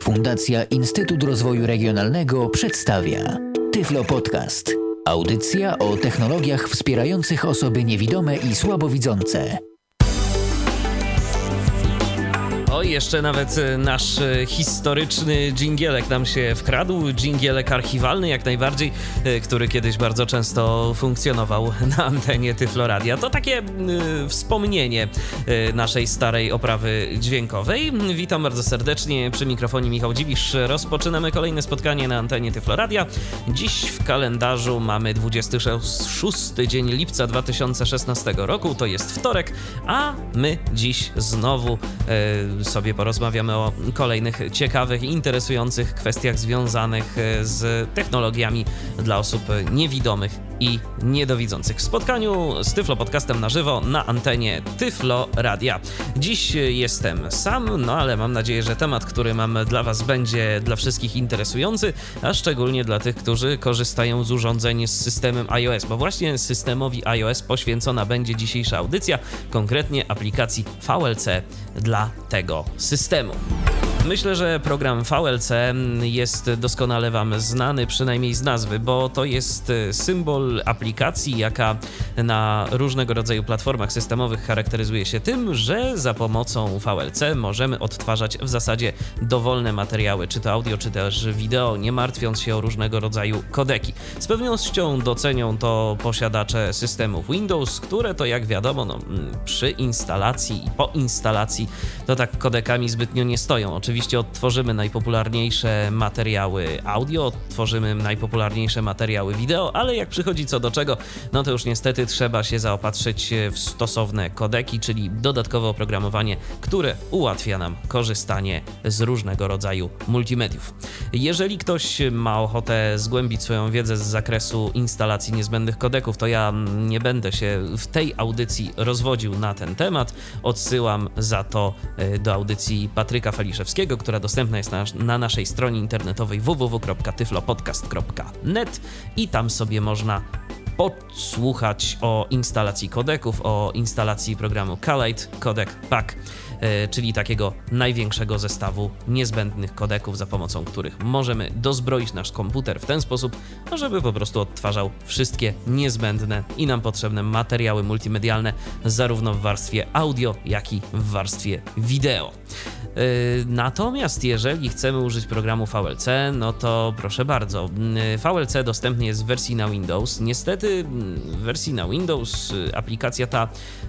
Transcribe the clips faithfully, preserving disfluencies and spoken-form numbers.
Fundacja Instytut Rozwoju Regionalnego przedstawia Tyflo Podcast. Audycja o technologiach wspierających osoby niewidome i słabowidzące. O, jeszcze nawet nasz historyczny dżingielek nam się wkradł, dżingielek archiwalny jak najbardziej, który kiedyś bardzo często funkcjonował na antenie Tyflo Radia. To takie y, wspomnienie y, naszej starej oprawy dźwiękowej. Witam bardzo serdecznie, przy mikrofonie Michał Dziwisz. Rozpoczynamy kolejne spotkanie na antenie Tyflo Radia. Dziś w kalendarzu mamy dwudziesty szósty dzień lipca dwa tysiące szesnastego roku, to jest wtorek, a my dziś znowu y, sobie porozmawiamy o kolejnych ciekawych i interesujących kwestiach związanych z technologiami dla osób niewidomych i niedowidzących. W spotkaniu z Tyflo Podcastem na żywo na antenie Tyflo Radia. Dziś jestem sam, no ale mam nadzieję, że temat, który mam dla Was, będzie dla wszystkich interesujący, a szczególnie dla tych, którzy korzystają z urządzeń z systemem iOS, bo właśnie systemowi iOS poświęcona będzie dzisiejsza audycja, konkretnie aplikacji V L C dla tego systemu. Myślę, że program V L C jest doskonale Wam znany, przynajmniej z nazwy, bo to jest symbol aplikacji, jaka na różnego rodzaju platformach systemowych charakteryzuje się tym, że za pomocą V L C możemy odtwarzać w zasadzie dowolne materiały, czy to audio, czy też wideo, nie martwiąc się o różnego rodzaju kodeki. Z pewnością docenią to posiadacze systemów Windows, które to, jak wiadomo, no, przy instalacji i po instalacji to tak kodekami zbytnio nie stoją. Oczywiście odtworzymy najpopularniejsze materiały audio, odtworzymy najpopularniejsze materiały wideo, ale jak przychodzi co do czego, no to już niestety trzeba się zaopatrzyć w stosowne kodeki, czyli dodatkowe oprogramowanie, które ułatwia nam korzystanie z różnego rodzaju multimediów. Jeżeli ktoś ma ochotę zgłębić swoją wiedzę z zakresu instalacji niezbędnych kodeków, to ja nie będę się w tej audycji rozwodził na ten temat. Odsyłam za to do audycji Patryka Faliszewskiego, która dostępna jest na, na naszej stronie internetowej w w w kropka tyflopodcast kropka net i tam sobie można podsłuchać o instalacji kodeków, o instalacji programu Kalite Codec Pack, czyli takiego największego zestawu niezbędnych kodeków, za pomocą których możemy dozbroić nasz komputer w ten sposób, żeby po prostu odtwarzał wszystkie niezbędne i nam potrzebne materiały multimedialne, zarówno w warstwie audio, jak i w warstwie wideo. Natomiast jeżeli chcemy użyć programu V L C, no to proszę bardzo, V L C dostępny jest w wersji na Windows. Niestety w wersji na Windows aplikacja ta,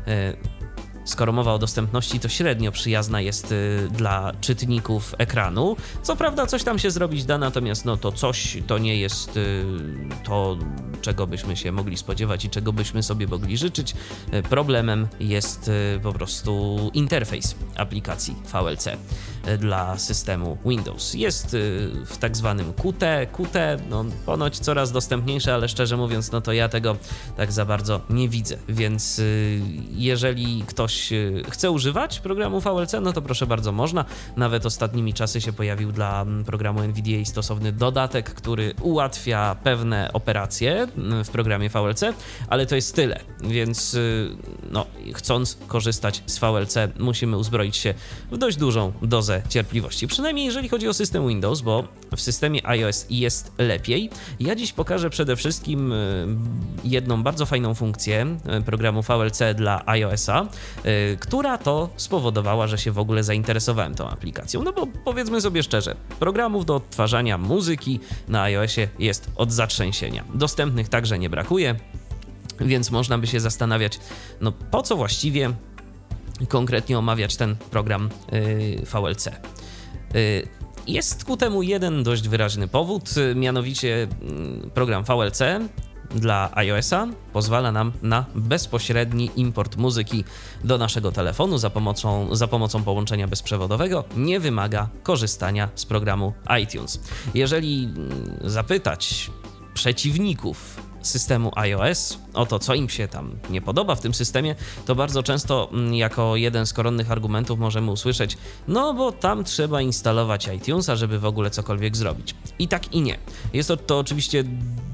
skoro mowa o dostępności, to średnio przyjazna jest y, dla czytników ekranu. Co prawda coś tam się zrobić da, natomiast no to coś to nie jest y, to, czego byśmy się mogli spodziewać i czego byśmy sobie mogli życzyć. Y, problemem jest y, po prostu interfejs aplikacji V L C y, dla systemu Windows. Jest y, w tak zwanym Q T. Q T no ponoć coraz dostępniejsze, ale szczerze mówiąc, no to ja tego tak za bardzo nie widzę, więc y, jeżeli ktoś chce używać programu V L C, no to proszę bardzo, można. Nawet ostatnimi czasy się pojawił dla programu N V D A stosowny dodatek, który ułatwia pewne operacje w programie V L C, ale to jest tyle, więc no, chcąc korzystać z V L C, musimy uzbroić się w dość dużą dozę cierpliwości. Przynajmniej jeżeli chodzi o system Windows, bo w systemie iOS jest lepiej. Ja dziś pokażę przede wszystkim jedną bardzo fajną funkcję programu V L C dla iOS-a, która to spowodowała, że się w ogóle zainteresowałem tą aplikacją. No bo powiedzmy sobie szczerze, programów do odtwarzania muzyki na iOSie jest od zatrzęsienia. Dostępnych także nie brakuje, więc można by się zastanawiać, no po co właściwie konkretnie omawiać ten program yy, V L C. Yy, Jest ku temu jeden dość wyraźny powód, mianowicie program V L C dla iOS-a pozwala nam na bezpośredni import muzyki do naszego telefonu za pomocą, za pomocą połączenia bezprzewodowego. Nie wymaga korzystania z programu iTunes. Jeżeli zapytać przeciwników systemu iOS o to, co im się tam nie podoba w tym systemie, to bardzo często jako jeden z koronnych argumentów możemy usłyszeć: no bo tam trzeba instalować iTunesa, żeby w ogóle cokolwiek zrobić. I tak i nie. Jest to, to oczywiście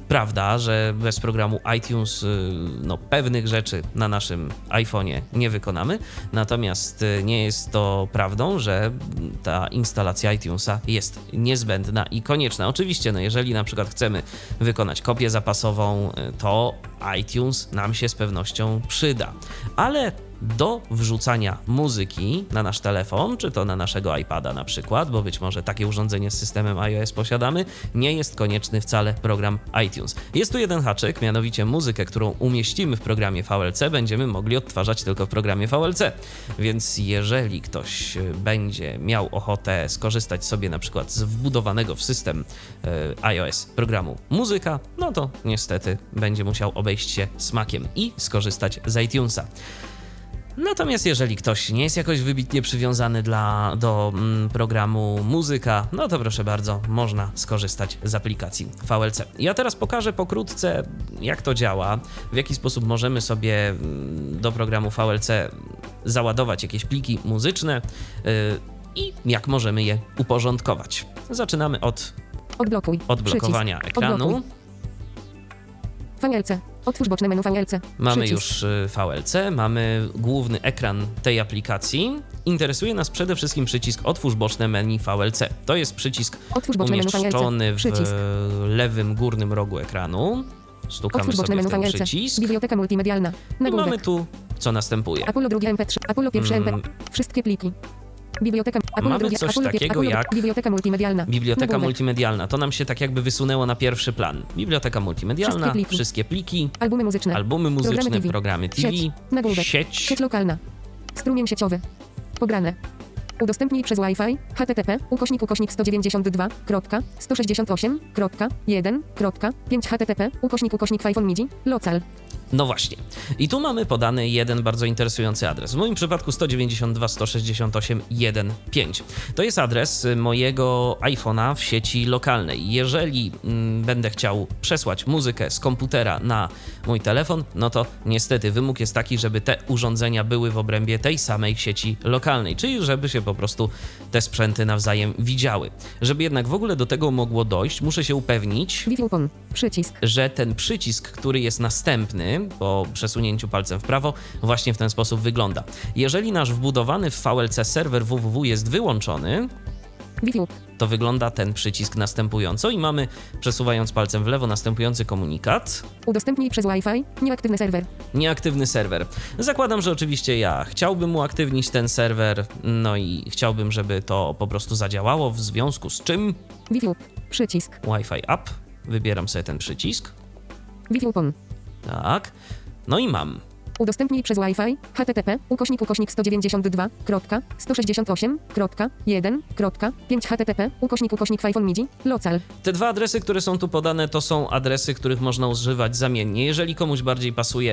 prawda, że bez programu iTunes no, pewnych rzeczy na naszym iPhone'ie nie wykonamy, natomiast nie jest to prawdą, że ta instalacja iTunesa jest niezbędna i konieczna. Oczywiście, no, jeżeli na przykład chcemy wykonać kopię zapasową, to iTunes nam się z pewnością przyda, ale do wrzucania muzyki na nasz telefon, czy to na naszego iPada na przykład, bo być może takie urządzenie z systemem iOS posiadamy, nie jest konieczny wcale program iTunes. Jest tu jeden haczyk, mianowicie muzykę, którą umieścimy w programie V L C, będziemy mogli odtwarzać tylko w programie V L C. Więc jeżeli ktoś będzie miał ochotę skorzystać sobie na przykład z wbudowanego w system e, iOS programu muzyka, no to niestety będzie musiał obejść się smakiem i skorzystać z iTunesa. Natomiast jeżeli ktoś nie jest jakoś wybitnie przywiązany dla, do mm, programu muzyka, no to proszę bardzo, można skorzystać z aplikacji V L C. Ja teraz pokażę pokrótce, jak to działa, w jaki sposób możemy sobie do programu V L C załadować jakieś pliki muzyczne yy, i jak możemy je uporządkować. Zaczynamy od Odblokuj. odblokowania Przycisk. ekranu. Odblokuj. V L C. Otwórz boczne menu V L C. Mamy Przycisk. już V L C, mamy główny ekran tej aplikacji. Interesuje nas przede wszystkim przycisk Otwórz boczne menu V L C. To jest przycisk Otwórz boczne menu V L C. umieszczony w Przycisk. lewym górnym rogu ekranu. Stukamy Otwórz boczne sobie menu w ten V L C. przycisk. Biblioteka multimedialna. I Nagłówek. mamy tu, co następuje. Apollo drugie M P trzy. Apollo pierwsze Mm. M P. Wszystkie pliki. Biblioteka. Apollo Mamy drugie. coś Apollo, takiego Apollo, jak Biblioteka multimedialna. Biblioteka Nagłówek. multimedialna. To nam się tak jakby wysunęło na pierwszy plan. Biblioteka multimedialna, Wszystkie pliki. wszystkie pliki, Albumy muzyczne. albumy muzyczne, Programy T V. programy T V, Sieć. Nagłówek. sieć. Sieć lokalna. Strumień sieciowy. Pobrane. Udostępnij przez Wi-Fi http ukośnik ukośnik sto dziewięćdziesiąt dwa kropka sto sześćdziesiąt osiem kropka jeden kropka pięć http ukośnik ukośnik iPhone MIDI local. No właśnie. I tu mamy podany jeden bardzo interesujący adres. W moim przypadku sto dziewięćdziesiąt dwa kropka sto sześćdziesiąt osiem kropka jeden kropka pięć. To jest adres mojego iPhone'a w sieci lokalnej. Jeżeli mm, będę chciał przesłać muzykę z komputera na mój telefon, no to niestety wymóg jest taki, żeby te urządzenia były w obrębie tej samej sieci lokalnej, czyli żeby się po prostu te sprzęty nawzajem widziały. Żeby jednak w ogóle do tego mogło dojść, muszę się upewnić, Wi-Fi upon. Przycisk. że ten przycisk, który jest następny po przesunięciu palcem w prawo, właśnie w ten sposób wygląda. Jeżeli nasz wbudowany w V L C serwer www jest wyłączony, Wi-Fi up. to wygląda ten przycisk następująco i mamy, przesuwając palcem w lewo, następujący komunikat. Udostępnij przez Wi-Fi nieaktywny serwer. Nieaktywny serwer. Zakładam, że oczywiście ja chciałbym uaktywnić ten serwer, no i chciałbym, żeby to po prostu zadziałało, w związku z czym Wi-Fi up. Przycisk. Wi-Fi up. Wybieram sobie ten przycisk. Wi-Fi upon. Tak. No i mam. Udostępnij przez Wi-Fi http ukośnik ukośnik sto dziewięćdziesiąt dwa kropka sto sześćdziesiąt osiem kropka jeden kropka pięć http ukośnik ukośnik iPhone MIDI local. Te dwa adresy, które są tu podane, to są adresy, których można używać zamiennie. Jeżeli komuś bardziej pasuje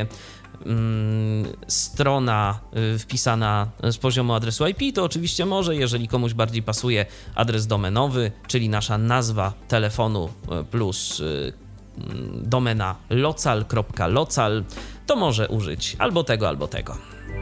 mm, strona y, wpisana z poziomu adresu I P, to oczywiście może. Jeżeli komuś bardziej pasuje adres domenowy, czyli nasza nazwa telefonu y, plus y, domena local kropka local, to może użyć albo tego, albo tego.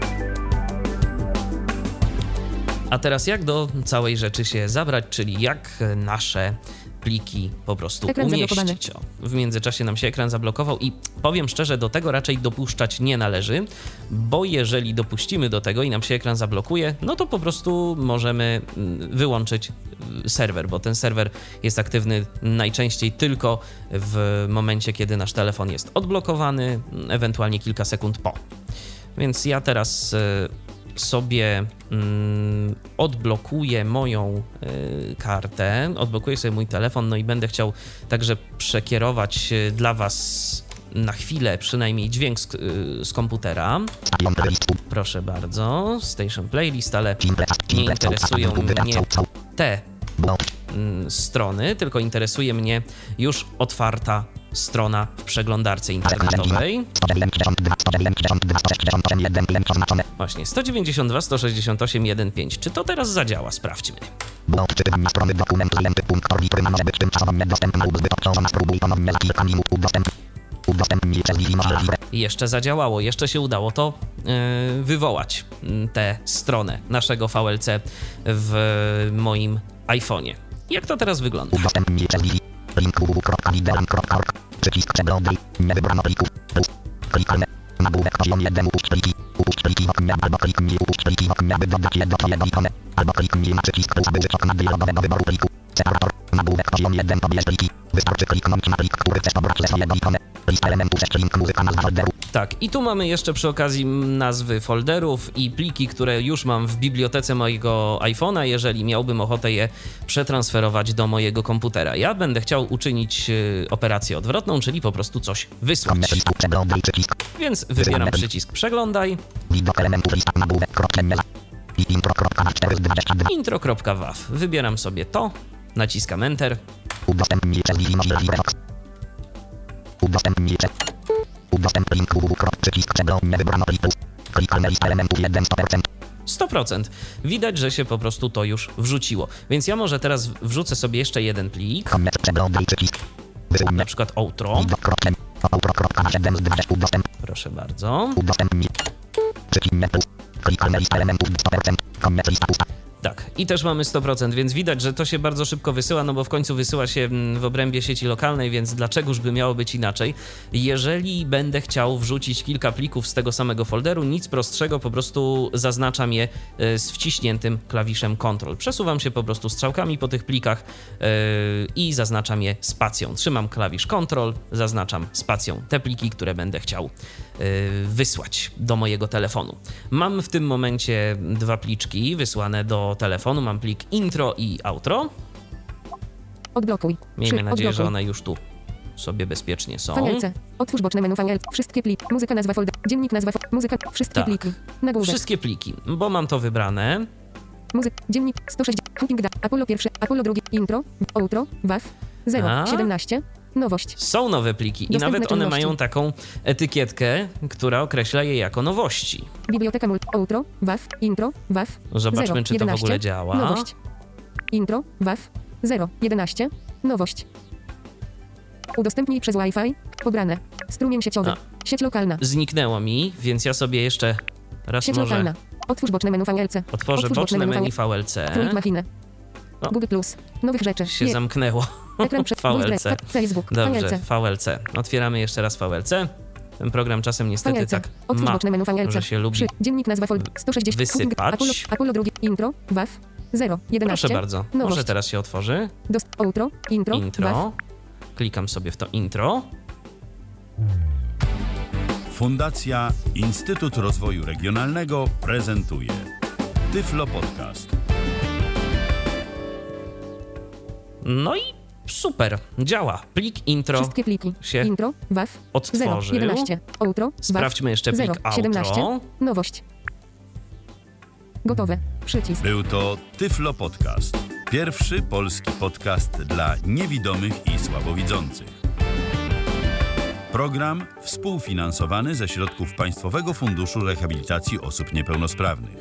A teraz jak do całej rzeczy się zabrać, czyli jak nasze pliki po prostu Ekran umieścić. O, w międzyczasie nam się ekran zablokował i powiem szczerze, do tego raczej dopuszczać nie należy, bo jeżeli dopuścimy do tego i nam się ekran zablokuje, no to po prostu możemy wyłączyć serwer, bo ten serwer jest aktywny najczęściej tylko w momencie, kiedy nasz telefon jest odblokowany, ewentualnie kilka sekund po. Więc ja teraz sobie mm, odblokuję moją y, kartę, odblokuję sobie mój telefon, no i będę chciał także przekierować y, dla Was na chwilę przynajmniej dźwięk z, y, z komputera. Proszę bardzo, Station Playlist, ale nie interesują mnie te y, strony, tylko interesuje mnie już otwarta strona w przeglądarce internetowej. Właśnie, sto dziewięćdziesiąt dwa kropka sto sześćdziesiąt osiem kropka jeden kropka pięć. Czy to teraz zadziała? Sprawdźmy. Blok czytania strony dokumentu lenty punkt org, który może być tymczasowo niedostępna lub zbyt obciążona. Spróbuj ponownie za kilka minut udostęp... udostępnij przez Wi-Fi możliwe. Jeszcze zadziałało, jeszcze się udało to yy, wywołać, yy, tę stronę naszego V L C w moim iPhone'ie. Jak to teraz wygląda? Udostępnij przez Wi-Fi. Link www kropka lideran kropka org. Przycisk przeglądaj. Nie wybrano plików. Plus. Klikamy. Nagłówek poziom jeden. Upuść pliki. Upuść pliki w oknie albo kliknij upuść pliki w oknie, by dodać je do twojego ikony. Albo kliknij na przycisk plus, aby wyjść okna dialogowego wyboru pliku. Separator. Nagłówek poziom jeden. Pobierz pliki. Wystarczy kliknąć na plik, który chcesz pobrać ze swojego ikony. Lista elementów, sześć link, muzyka, nazwa folderu. Tak, i tu mamy jeszcze przy okazji nazwy folderów i pliki, które już mam w bibliotece mojego iPhone'a, jeżeli miałbym ochotę je przetransferować do mojego komputera. Ja będę chciał uczynić y, operację odwrotną, czyli po prostu coś wysłać. Przeglądaj przycisk. Więc wybieram przycisk przeglądaj. Widok elementów, lista, nagłówek, kropka, i intro.wav. Intro.wav. Wybieram sobie to, naciskam Enter. Udostępnij przez LibreOffice. Udostępnij przez... Udostępnij link www. Przycisk przeglądaj, nie wybrano plik plus. Klikamy lista elementów jeden sto procent. sto procent. Widać, że się po prostu to już wrzuciło. Więc ja może teraz wrzucę sobie jeszcze jeden plik. Koniec przeglądaj przycisk. Wysyłanie. Na przykład outro. Proszę bardzo. Udostępnij. Przycinek plus. Klikamy lista elementów sto procent. Koniec lista pusta. Tak, i też mamy sto procent, więc widać, że to się bardzo szybko wysyła, no bo w końcu wysyła się w obrębie sieci lokalnej, więc dlaczegoż by miało być inaczej? Jeżeli będę chciał wrzucić kilka plików z tego samego folderu, nic prostszego, po prostu zaznaczam je z wciśniętym klawiszem Ctrl. Przesuwam się po prostu strzałkami po tych plikach yy, i zaznaczam je spacją. Trzymam klawisz Ctrl, zaznaczam spacją te pliki, które będę chciał yy, wysłać do mojego telefonu. Mam w tym momencie dwa pliczki wysłane do telefonu. Mam plik intro i outro. Odblokuj. Miejmy Przy, nadzieję, odblokuj. że one już tu sobie bezpiecznie są. V L C. Otwórz boczne menu V L C. Wszystkie pliki. Muzyka, nazwa folder. Dziennik, nazwa fo- Muzyka. Wszystkie Tak. pliki. Nagłówek. Wszystkie pliki, bo mam to wybrane. Muzyk. Dziennik. sto sześćdziesiąt. Hooking da. Apollo pierwszy. Apollo drugi. Intro. Outro. wav. zero. A? siedemnaście. Nowość. Są nowe pliki i Dostępne nawet one czynności. mają taką etykietkę, która określa je jako nowości. Biblioteka mul. Outro. wav. Intro. wav. Zobaczmy, zero. czy to w jedenaście. ogóle działa. Nowość. Intro. wav. zero. jedenaście. Nowość. Udostępnij przez Wi-Fi. Pobrane. Strumień sieciowy. A. Sieć lokalna. Zniknęło mi, więc ja sobie jeszcze raz Sieć może lokalna. Otwórz boczne menu V L C. otworzę Otwórz boczne menu V L C. V L C. Trójk machinę. O. Google Plus. Nowych rzeczy. Się Je- zamknęło. Ekran przed V L C. Facebook. Dobrze, V L C. V L C. Otwieramy jeszcze raz V L C. Ten program czasem niestety V L C. tak Otwórz ma, boczne menu V L C. że się lubi Przy. Dziennik, nazwa folder. sto sześćdziesiąt. wysypać. Apollo, Apollo drugi. Intro. wav. zero. jedenaście. Proszę bardzo, Nowość. może teraz się otworzy. Dost. Outro. Intro. Intro. wav. Klikam sobie w to intro. Fundacja Instytut Rozwoju Regionalnego prezentuje Tyflo Podcast. No i super, działa. Plik intro Wszystkie pliki. się Intro. wav. zero. odtworzył. jedenaście. Outro. wav. Sprawdźmy jeszcze plik zero. outro. siedemnaście. Nowość. Gotowe. Przycisk. Był to Tyflo Podcast. Pierwszy polski podcast dla niewidomych i słabowidzących. Program współfinansowany ze środków Państwowego Funduszu Rehabilitacji Osób Niepełnosprawnych.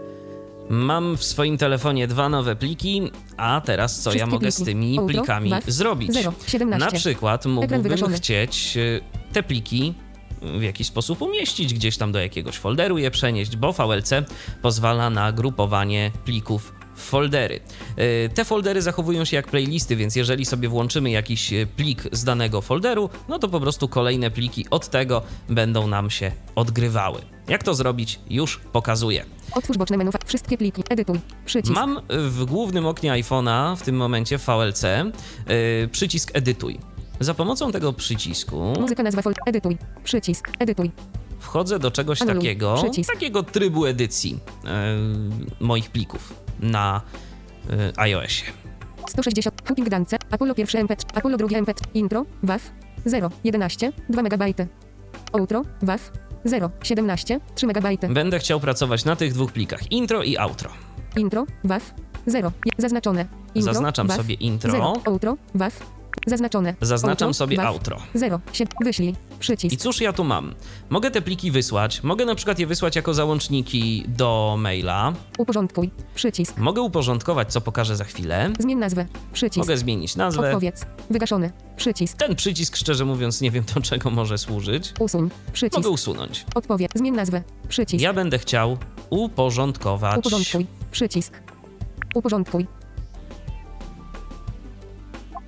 Mam w swoim telefonie dwa nowe pliki, a teraz co ja Wszystkie mogę z pliki. tymi Outro, plikami wav, zrobić? zero. siedemnaście. Na przykład Ekran mógłbym wygaszony. chcieć y, te pliki w jakiś sposób umieścić gdzieś tam do jakiegoś folderu, je przenieść, bo V L C pozwala na grupowanie plików w foldery. Y, Te foldery zachowują się jak playlisty, więc jeżeli sobie włączymy jakiś y, plik z danego folderu, no to po prostu kolejne pliki od tego będą nam się odgrywały. Jak to zrobić? Już pokazuję. Otwórz boczne menu. Wszystkie pliki. Edytuj. Przycisk. Mam w głównym oknie iPhone'a w tym momencie w V L C yy, przycisk edytuj. Za pomocą tego przycisku Muzyka, nazwa folder. Edytuj. Przycisk. Edytuj. wchodzę do czegoś Anuluj. takiego, Przycisk. takiego trybu edycji yy, moich plików na yy, iOSie. sto sześćdziesiąt. Hooking Dance. Apollo pierwszy M P trzy. Apollo drugi M P trzy. Intro. wav. zero. jedenaście. dwa megabajty. Outro. wav. zero. siedemnaście. trzy megabajty. Będę chciał pracować na tych dwóch plikach, intro i outro. Intro. wav. zero. Zaznaczone. Intro. Zaznaczam wav. sobie intro. zero. Outro. wav. Zaznaczone. Zaznaczam Outro, sobie wav. outro. zero. siedem. Wyślij. Przycisk. I cóż ja tu mam? Mogę te pliki wysłać, mogę na przykład je wysłać jako załączniki do maila, Uporządkuj. Przycisk. mogę uporządkować, co pokażę za chwilę, Zmień nazwę. Przycisk. mogę zmienić nazwę. Odpowiedz. Wygaszony. Przycisk. Ten przycisk, szczerze mówiąc, nie wiem do czego może służyć. Usuń. Przycisk. Mogę usunąć. Odpowiedz. Zmień nazwę. Przycisk. Ja będę chciał uporządkować. Uporządkuj. Przycisk. Uporządkuj.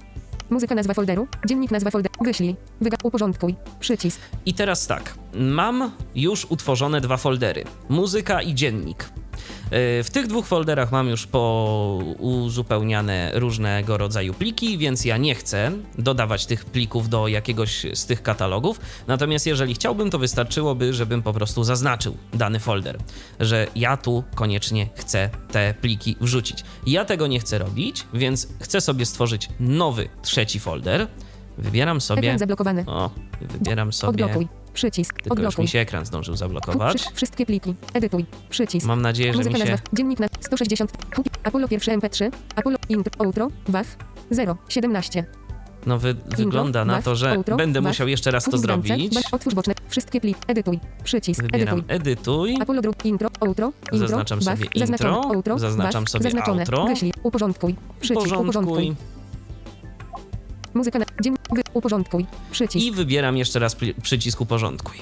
Muzyka, nazwa folderu. Dziennik, nazwa folderu. Wyślij. Wyga. Uporządkuj. Przycisk. I teraz tak, mam już utworzone dwa foldery. Muzyka i dziennik. W tych dwóch folderach mam już pouzupełniane różnego rodzaju pliki, więc ja nie chcę dodawać tych plików do jakiegoś z tych katalogów. Natomiast jeżeli chciałbym, to wystarczyłoby, żebym po prostu zaznaczył dany folder, że ja tu koniecznie chcę te pliki wrzucić. Ja tego nie chcę robić, więc chcę sobie stworzyć nowy, trzeci folder. Wybieram sobie... Ekran zablokowany. O, wybieram sobie... Odblokuj. Przycisk. Tylko Odblokuj. już mi się ekran zdążył zablokować. Wszy- wszystkie pliki. Edytuj. Przycisk. Mam nadzieję, że mi Muzyka, się... nazwa. Dziennik na sto sześćdziesiąt. Apollo pierwszy M P trzy. Apollo intro. Outro. W A F. zero siedemnaście. No wy, wygląda na to, że outro, będę W A F, musiał jeszcze raz to Cookie bramce, zrobić. ba- Otwórz boczne. Wszystkie pliki. Edytuj. Przycisk. Wybieram Edytuj. edytuj. Apollo drugi. Intro. Outro. Intro. Zaznaczam W A F, sobie intro, zaznaczone, outro, zaznaczam W A F, sobie zaznaczone. outro. Wyślij. Uporządkuj. Przycisk. Uporządkuj. Porządkuj. Muzyka na dzień. Wy, uporządkuj. Przycisk. I wybieram jeszcze raz pli- przycisk uporządkuj.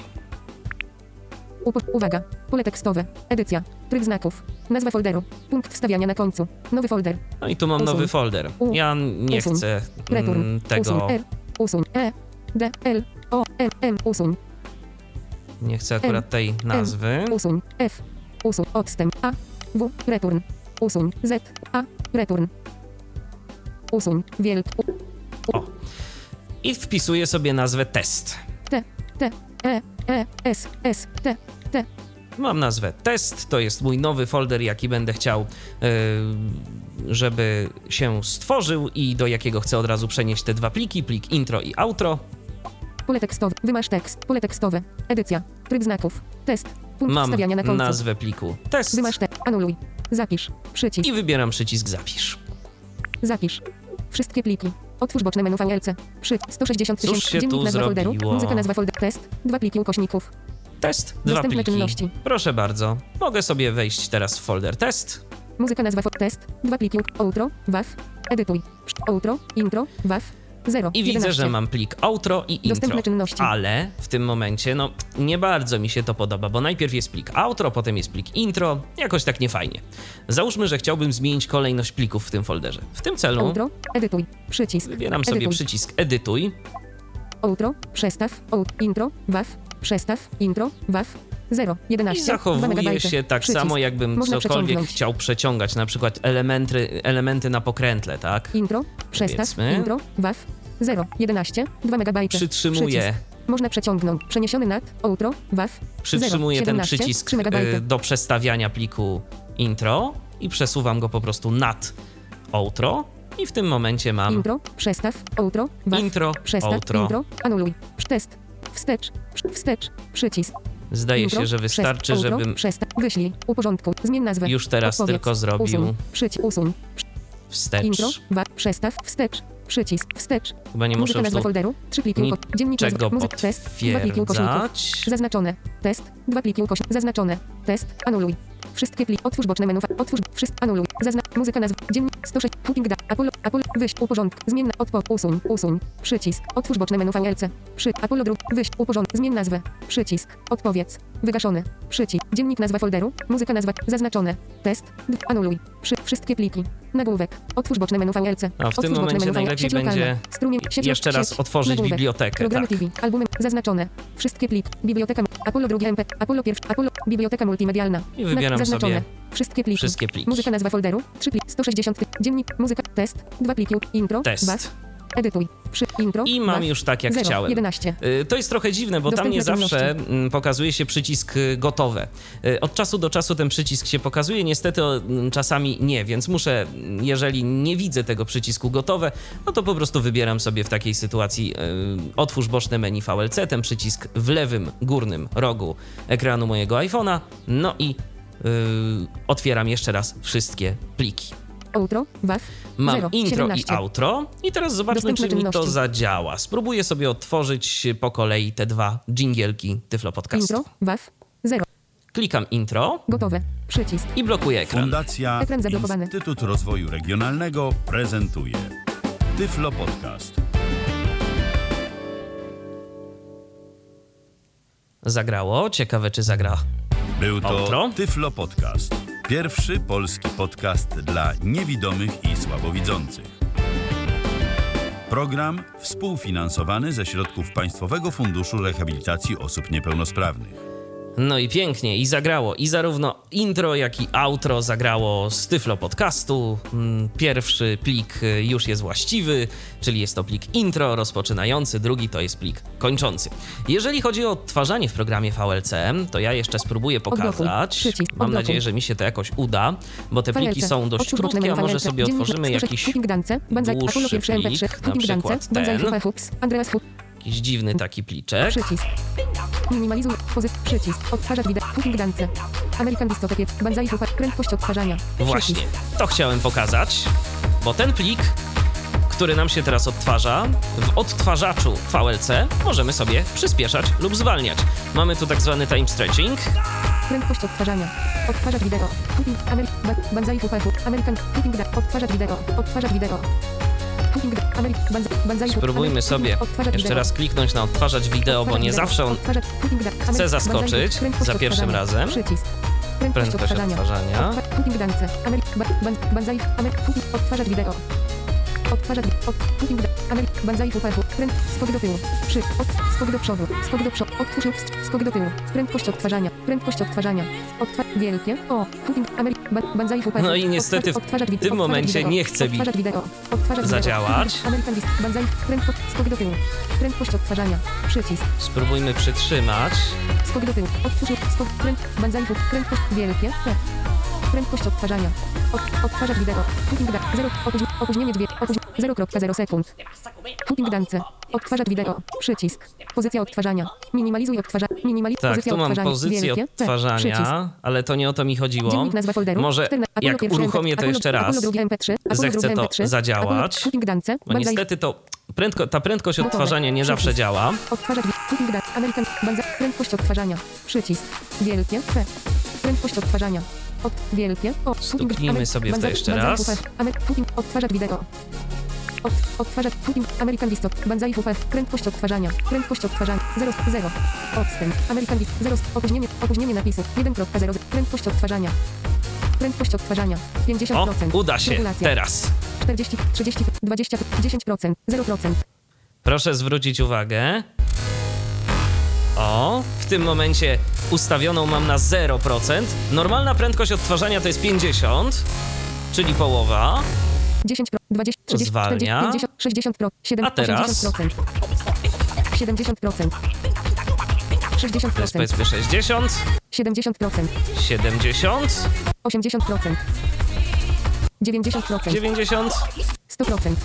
Upo- uwaga. Pole tekstowe. Edycja. Tryb znaków. Nazwa folderu. Punkt wstawiania na końcu. Nowy folder. No i tu mam Usuń. nowy folder. U. Ja nie Usuń. chcę Return. mm, Usuń. tego... R. Usuń. E. D. L. O. M. M. Usuń. Nie chcę akurat tej nazwy. Usuń. F. Usuń. Odstęp. A. W. Return. Usuń. Z. A. Return. Usuń. Wielk. U. O. I wpisuję sobie nazwę test. T. T. E. E. S. S. T. T. Mam nazwę test, to jest mój nowy folder, jaki będę chciał, yy, żeby się stworzył i do jakiego chcę od razu przenieść te dwa pliki, plik intro i outro. Pole tekstowe. Wymaż tekst. Pole tekstowe. Edycja. Tryb znaków. Test. Punkt Mam wstawiania na końcu. nazwę pliku test Wymaż tekst. Anuluj. Zapisz. Przycisk. i wybieram przycisk zapisz. Zapisz. Wszystkie pliki. Otwórz boczne menu V L C. Przy sto sześćdziesiąt Cóż tysięcy. się Dziennik, tu nazwa folderu. zrobiło? Muzyka, nazwa folderu. Test. Dwa pliki ukośników. Test, dwa Dostępne pliki. czynności. Proszę bardzo, mogę sobie wejść teraz w folder test. Muzyka, nazwa fo- test. Dwa pliki. Outro. W A F. Edytuj. Outro. Intro. W A F. zero. I widzę, że mam plik outro i intro, Dostępne czynności. ale w tym momencie, no, nie bardzo mi się to podoba, bo najpierw jest plik outro, potem jest plik intro, jakoś tak niefajnie. Załóżmy, że chciałbym zmienić kolejność plików w tym folderze. W tym celu Outro. Edytuj. Przycisk. wybieram sobie Edytuj. przycisk edytuj Outro. Przestaw. Out. Intro. W A F. Przestaw. Intro. W A F. zero. jedenaście. i dwa zachowuje megabajty. się tak Przycisk. samo, jakbym Można cokolwiek przeciągnąć. chciał przeciągać, na przykład elementy, elementy na pokrętle, tak? Intro. Przestaw. Powiedzmy. Intro. W A F. zero. jedenaście. dwa megabajty. Przytrzymuję, Przycisk. Można przeciągnąć. Przeniesiony nad. Outro. W A F. przytrzymuję zero. ten siedemnaście. przycisk trzy megabajty. y, do przestawiania pliku intro i przesuwam go po prostu nad outro i w tym momencie mam Intro. Przestaw. Outro. W A F. intro, Przestaw. outro. Intro. Anuluj. Test. Wstecz. Wstecz. Przycisk. Zdaje Intro, się, że wystarczy, przest- outro, żebym Przestaw. Wyślij. Uporządkuj. Zmień nazwę. już teraz Odpowiedz. tylko zrobił Usuń. Przycisk. Usuń. wstecz. Intro. Wa- Przestaw. Wstecz. Przycisk. Wstecz. Chyba nie muszę Muzyka, już nazwa tu folderu. Trzy pliki. uko- Dziennik nazwa. niczego Muzyk. Test. Dwa pliki ukośników. potwierdzać. Zaznaczone. Test. Dwa pliki ukośników. Zaznaczone. Test. Anuluj. Wszystkie pliki. Otwórz boczne menu. Otwórz. Wszystko. Anuluj. Zaznacz. Muzyka nazwa. Dziennik. sto sześć. Cooking da. Apollo. Apollo. Wyjść. Uporządk. Zmienna. Odpo. Usuń. Usuń. Przycisk. Otwórz boczne menu V L C. Przy. Apollo druk. Wyjść. Uporządk. Zmień nazwę. Przycisk. Odpowiedz. Wygaszony. Przycisk. Dziennik nazwa folderu. Muzyka nazwa. Zaznaczone. Test. D. Anuluj. Przy. Wszystkie pliki. Nagłówek. Otwórz boczne menu V L C. A w Otwórz tym boczne momencie menu V L C. najlepiej Sieć lokalna. będzie Strumień. Sieć jeszcze raz sieć. otworzyć Nagłówek. bibliotekę, Programy tak. T V. Albumem. Zaznaczone. Wszystkie pliki. Biblioteka. Apollo drugie M P. Apollo pierwszy. Apollo. Biblioteka multimedialna. I wybieram Na- zaznaczone. sobie Wszystkie pliki. wszystkie pliki. Muzyka, nazwa folderu. trzy pliki. sto sześćdziesiąt. Dziennik. Muzyka. Test. Dwa pliki. Intro. Test. W A F. Edytuj. Przy. Intro. I W A mam F. już tak, jak zero, chciałem. jedenaście. Y, To jest trochę dziwne, bo tam Dostępne nie zawsze czynności. mm, pokazuje się przycisk y, gotowe. Y, Od czasu do czasu ten przycisk się pokazuje, niestety o, mm, czasami nie, więc muszę, mm, jeżeli nie widzę tego przycisku gotowe, no to po prostu wybieram sobie w takiej sytuacji y, otwórz boczne menu V L C, ten przycisk w lewym górnym rogu ekranu mojego iPhone'a, no i y, otwieram jeszcze raz wszystkie pliki. Outro. W A F. Mam zero, intro siedemnaście. i outro i teraz zobaczmy, Dostępne czy mi to czynności. zadziała. Spróbuję sobie otworzyć po kolei te dwa dżingielki Tyflo Podcastu. Intro. W A F. zero. Klikam intro Gotowe. Przycisk. i blokuję ekran. Fundacja Ekran zablokowany. Instytut Rozwoju Regionalnego prezentuje Tyflo Podcast. Zagrało. Ciekawe, czy zagra. Był to Outro. Tyflo Podcast. Pierwszy polski podcast dla niewidomych i słabowidzących. Program współfinansowany ze środków Państwowego Funduszu Rehabilitacji Osób Niepełnosprawnych. No i pięknie, i zagrało i zarówno intro, jak i outro zagrało z Tyflo Podcastu. Pierwszy plik już jest właściwy, czyli jest to plik intro rozpoczynający, drugi to jest plik kończący. Jeżeli chodzi o odtwarzanie w programie V L C, to ja jeszcze spróbuję pokazać. Mam nadzieję, że mi się to jakoś uda, bo te pliki są dość krótkie, a może sobie otworzymy jakiś dłuższy plik, na przykład ten. Jakiś dziwny taki pliczek. Przycisk. Minimalizuj. Pozysk. Przycisk. Odtwarzać wideo. Cooking dance. American Dystopia. Banzai Fupa. Prędkość odtwarzania. Właśnie. To chciałem pokazać, bo ten plik, który nam się teraz odtwarza, w odtwarzaczu V L C możemy sobie przyspieszać lub zwalniać. Mamy tu tak zwany time stretching. Prędkość odtwarzania. Odtwarzać wideo. Cooking. Amer- Banzai Fupa. American. Cooking dance. Odtwarzać wideo. Odtwarzać wideo. Spróbujmy sobie jeszcze raz kliknąć na odtwarzać wideo, bo nie zawsze on chce zaskoczyć za pierwszym razem. Prędkość odtwarzania. Odtwarzać wideo. Odtwarzać Banzai Fupa. Skok do tyłu. Przy. Skok do przodu. Skok do przodu. Odtwórz lub skok do tyłu. Prędkość odtwarzania. Prędkość odtwarzania. Odtwa- wielkie. O. Banzai Fupa. No i niestety w tym momencie nie chce mi zadziałać. Prędkość. Skok do tyłu. Prędkość odtwarzania. Przycisk. Spróbujmy przytrzymać. Skok do tyłu. Odtwórz lub skok. Banzai Fupa. Prędkość. Wielkie. Prędkość odtwarzania. Od, odtwarzać wideo. Cooking dance. zero. Opóźnienie, opóźnienie dwie. Opóźnienie zero przecinek zero sekund. Cooking dance. Odtwarzać wideo. Przycisk. Pozycja odtwarzania. Minimalizuj odtwarzania. Minimalizuj tak, pozycja tu mam odtwarzania. pozycję Wielkie. odtwarzania, Przycisk. ale to nie o to mi chodziło. Dziennik, nazwa folderu. Może jak uruchomię to jeszcze raz, zechce to zadziałać. Cooking dance. Bo niestety to prędko, ta prędkość odtwarzania nie zawsze działa. Odtwarzać Cooking dance. American. Prędkość odtwarzania. Przycisk. Wielkie. Prędkość odtwarzania. Od, wielkie. O, stuknijmy sobie w to jeszcze raz. Odtwarzać wideo. Od, odtwarzać American Dystopia. Banzai Fupa. Prędkość odtwarzania. Prędkość odtwarzania. zero. zero. Odstęp. American Dystopia. zero. Opóźnienie. Opóźnienie napisu. jeden przecinek zero. Prędkość odtwarzania. Prędkość odtwarzania. pięćdziesiąt procent. O, uda się. Regulacja. Teraz. czterdzieści, trzydzieści, dwadzieścia, dziesięć procent. zero procent. Proszę zwrócić uwagę. O, w tym momencie ustawioną mam na zero procent. Normalna prędkość odtwarzania to jest pięćdziesiąt, czyli połowa. dziesięć, dwadzieścia, trzydzieści, zwalnia. pięćdziesiąt, sześćdziesiąt procent. A teraz? siedemdziesiąt procent. sześćdziesiąt To jest procent. powiedzmy sześćdziesiąt. siedemdziesiąt procent. siedemdziesiąt. osiemdziesiąt procent. dziewięćdziesiąt procent. dziewięćdziesiąt. sto procent.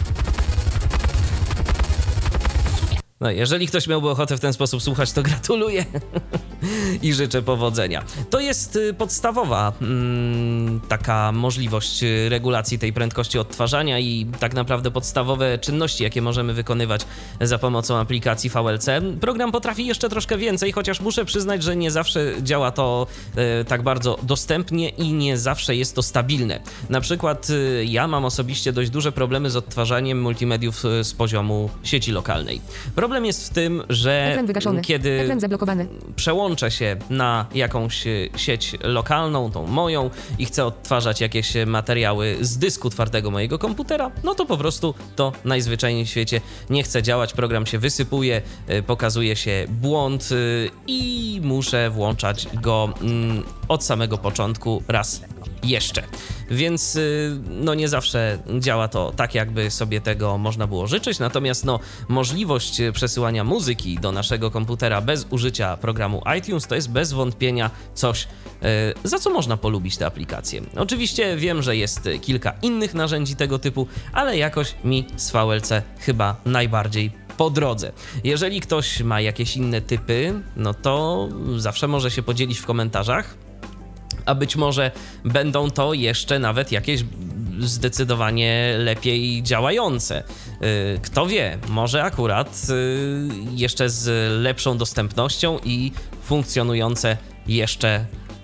No, jeżeli ktoś miałby ochotę w ten sposób słuchać, to gratuluję i życzę powodzenia. To jest podstawowa mm, taka możliwość regulacji tej prędkości odtwarzania i tak naprawdę podstawowe czynności, jakie możemy wykonywać za pomocą aplikacji V L C. Program potrafi jeszcze troszkę więcej, chociaż muszę przyznać, że nie zawsze działa to e, tak bardzo dostępnie i nie zawsze jest to stabilne. Na przykład e, ja mam osobiście dość duże problemy z odtwarzaniem multimediów z poziomu sieci lokalnej. Problem jest w tym, że kiedy przełączę się na jakąś sieć lokalną, tą moją, i chcę odtwarzać jakieś materiały z dysku twardego mojego komputera, no to po prostu to najzwyczajniej w świecie nie chce działać, program się wysypuje, pokazuje się błąd i muszę włączać go od samego początku raz jeszcze. Więc no nie zawsze działa to tak, jakby sobie tego można było życzyć, natomiast no możliwość przesyłania muzyki do naszego komputera bez użycia programu iTunes to jest bez wątpienia coś, za co można polubić tę aplikację. Oczywiście wiem, że jest kilka innych narzędzi tego typu, ale jakoś mi z V L C chyba najbardziej po drodze. Jeżeli ktoś ma jakieś inne typy, no to zawsze może się podzielić w komentarzach, a być może będą to jeszcze nawet jakieś zdecydowanie lepiej działające. Kto wie, może akurat jeszcze z lepszą dostępnością i funkcjonujące jeszcze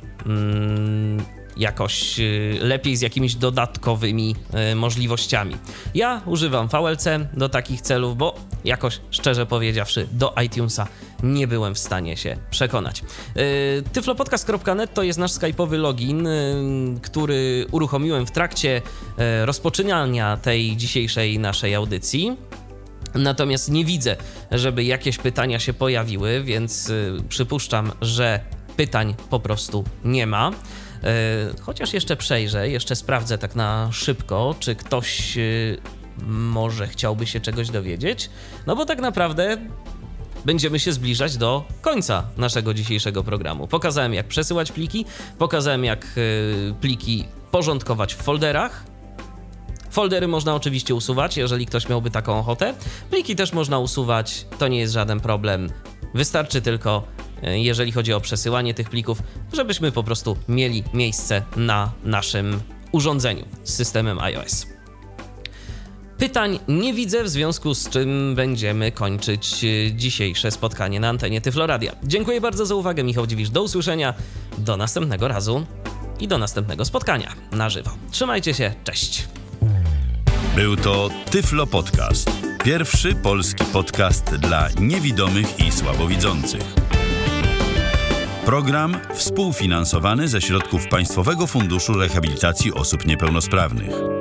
mm, jakoś lepiej z jakimiś dodatkowymi możliwościami. Ja używam V L C do takich celów, bo jakoś szczerze powiedziawszy do iTunesa nie byłem w stanie się przekonać. tyflopodcast kropka net to jest nasz skype'owy login, który uruchomiłem w trakcie rozpoczynania tej dzisiejszej naszej audycji. Natomiast nie widzę, żeby jakieś pytania się pojawiły, więc y, przypuszczam, że pytań po prostu nie ma. Y, chociaż jeszcze przejrzę, jeszcze sprawdzę tak na szybko, czy ktoś y, może chciałby się czegoś dowiedzieć. No bo tak naprawdę będziemy się zbliżać do końca naszego dzisiejszego programu. Pokazałem, jak przesyłać pliki, pokazałem, jak y, pliki porządkować w folderach. Foldery można oczywiście usuwać, jeżeli ktoś miałby taką ochotę. Pliki też można usuwać, to nie jest żaden problem. Wystarczy tylko, jeżeli chodzi o przesyłanie tych plików, żebyśmy po prostu mieli miejsce na naszym urządzeniu z systemem iOS. Pytań nie widzę, w związku z czym będziemy kończyć dzisiejsze spotkanie na antenie Tyflo Radia. Dziękuję bardzo za uwagę, Michał Dziwisz. Do usłyszenia, do następnego razu i do następnego spotkania na żywo. Trzymajcie się, cześć! Był to Tyflo Podcast. Pierwszy polski podcast dla niewidomych i słabowidzących. Program współfinansowany ze środków Państwowego Funduszu Rehabilitacji Osób Niepełnosprawnych.